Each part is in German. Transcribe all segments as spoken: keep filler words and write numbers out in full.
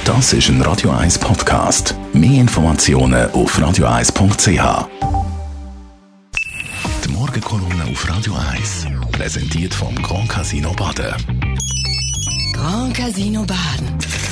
Das ist ein Radio eins Podcast. Mehr Informationen auf radio eins punkt c h. Die Morgenkolumne auf Radio eins. Präsentiert vom Grand Casino Baden. Grand Casino Baden.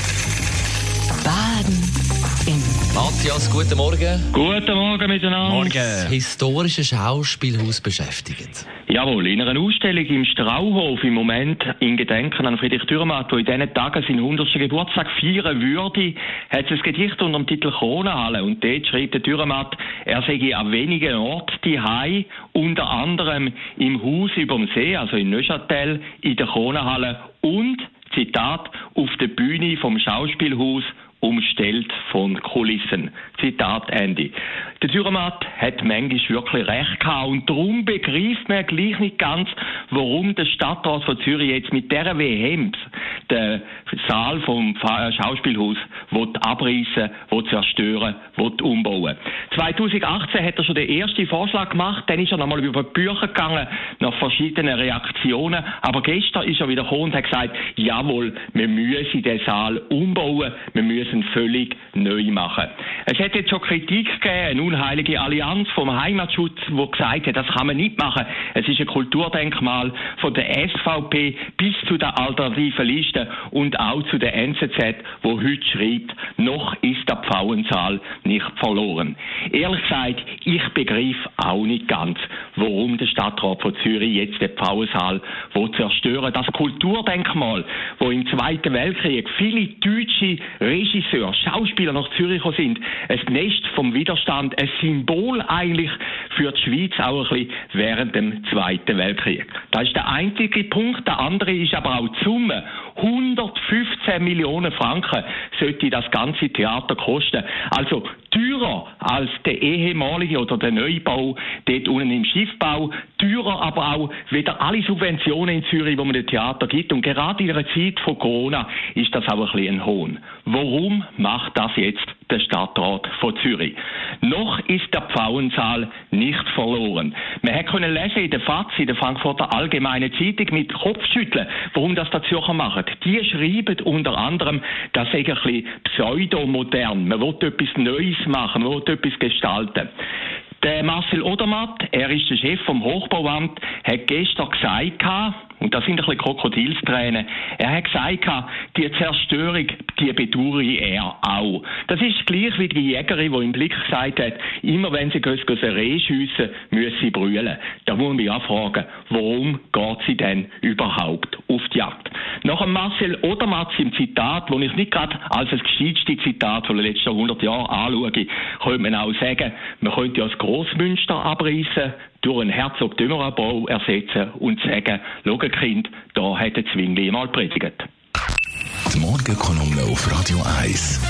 Baden im Matthias, guten Morgen. Guten Morgen miteinander. Morgen. Das historische Schauspielhaus beschäftigt. Jawohl, in einer Ausstellung im Strauhof im Moment in Gedenken an Friedrich Dürrenmatt, der in diesen Tagen seinen hundertsten Geburtstag feiern würde, hat es ein Gedicht unter dem Titel Kronenhalle. Und dort schreibt der Dürrenmatt, er sei an wenigen Orten daheim, unter anderem im Haus über dem See, also in Neuchâtel, in der Kronenhalle und, Zitat, auf der Bühne vom Schauspielhaus umstellt von Kulissen. Zitat Ende. Der Dürrenmatt hat manchmal wirklich recht gehabt und darum begreift man gleich nicht ganz, warum der Stadtrat von Zürich jetzt mit dieser Vehemenz den Saal vom Schauspielhaus will abreißen, will zerstören, will umbauen. zwanzig achtzehn hat er schon den ersten Vorschlag gemacht, dann ist er nochmal über die Bücher gegangen, nach verschiedenen Reaktionen, aber gestern ist er wieder gekommen und hat gesagt, jawohl, wir müssen den Saal umbauen, wir müssen völlig neu machen. Es hat jetzt schon Kritik gegeben, eine unheilige Allianz vom Heimatschutz, wo gesagt hat, das kann man nicht machen. Es ist ein Kulturdenkmal von der S V P bis zu der alternativen Liste und auch zu der N Z Z, wo heute schreibt, noch ist der Pfauensaal nicht verloren. Ehrlich gesagt, ich begreife auch nicht ganz, warum der Stadtrat von Zürich jetzt den Pfauensaal zerstören. Das Kulturdenkmal, wo im Zweiten Weltkrieg viele deutsche Regisseure, Schauspieler nach Zürich sind, ein Nest vom Widerstand, ein Symbol eigentlich für die Schweiz auch ein bisschen während dem Zweiten Weltkrieg. Das ist der einzige Punkt. Der andere ist aber auch die Summe. hundertfünfzehn Millionen Franken sollte das ganze Theater kosten. Also teurer als der ehemalige oder der Neubau dort unten im Schiffbau, teurer aber auch wieder alle Subventionen in Zürich, die man dem Theater gibt. Und gerade in einer Zeit von Corona ist das auch ein bisschen ein Hohn. Warum macht das jetzt der Stadtrat von Zürich? Noch ist der Pfauensaal nicht verloren. Man hat können lesen in der F A Z, in der Frankfurter Allgemeinen Zeitung, mit Kopfschütteln, warum das der Zürcher machen. Die schreiben unter anderem, das sei ein bisschen pseudomodern. Man will etwas Neues machen, man will etwas gestalten. Der Marcel Odermatt, er ist der Chef vom Hochbauamt, hat gestern gesagt, und das sind ein bisschen Krokodilstränen, er hat gesagt, die Zerstörung, die bedauere er auch. Das ist gleich wie die Jägerin, die im Blick gesagt hat, immer wenn sie ein Reh schiessen, müssen sie brüllen. Da muss man mich auch fragen, warum geht sie denn überhaupt auf die Jagd? Nach dem Marcel Odermatt im Zitat, das ich nicht gerade als das gescheitste Zitat von den letzten hundert Jahren anschaue, könnte man auch sagen, man könnte ja das Grossmünster abreißen, durch einen Herzog-Dümmerer-Bau ersetzen und sagen, schau Kind, da hat der Zwingli mal predigt. Die Morgenkolumne auf Radio eins.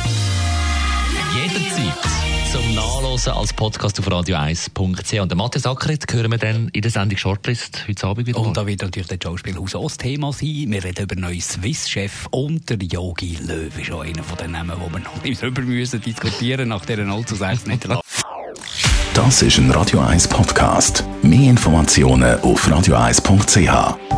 Jederzeit zum Nachlesen als Podcast auf radio eins punkt c h. Und den Matthias Ackeret hören wir dann in der Sendung Shortlist heute Abend wieder. Und da wird natürlich das Schauspielhaus auch das Thema sein. Wir reden über den neuen Swiss-Chef und der Jogi Löw ist auch einer von den Namen, die wir noch nicht darüber müssen diskutieren nach dieser null zu sechs Niederlage. Das ist ein Radio eins Podcast. Mehr Informationen auf radio eins punkt c h.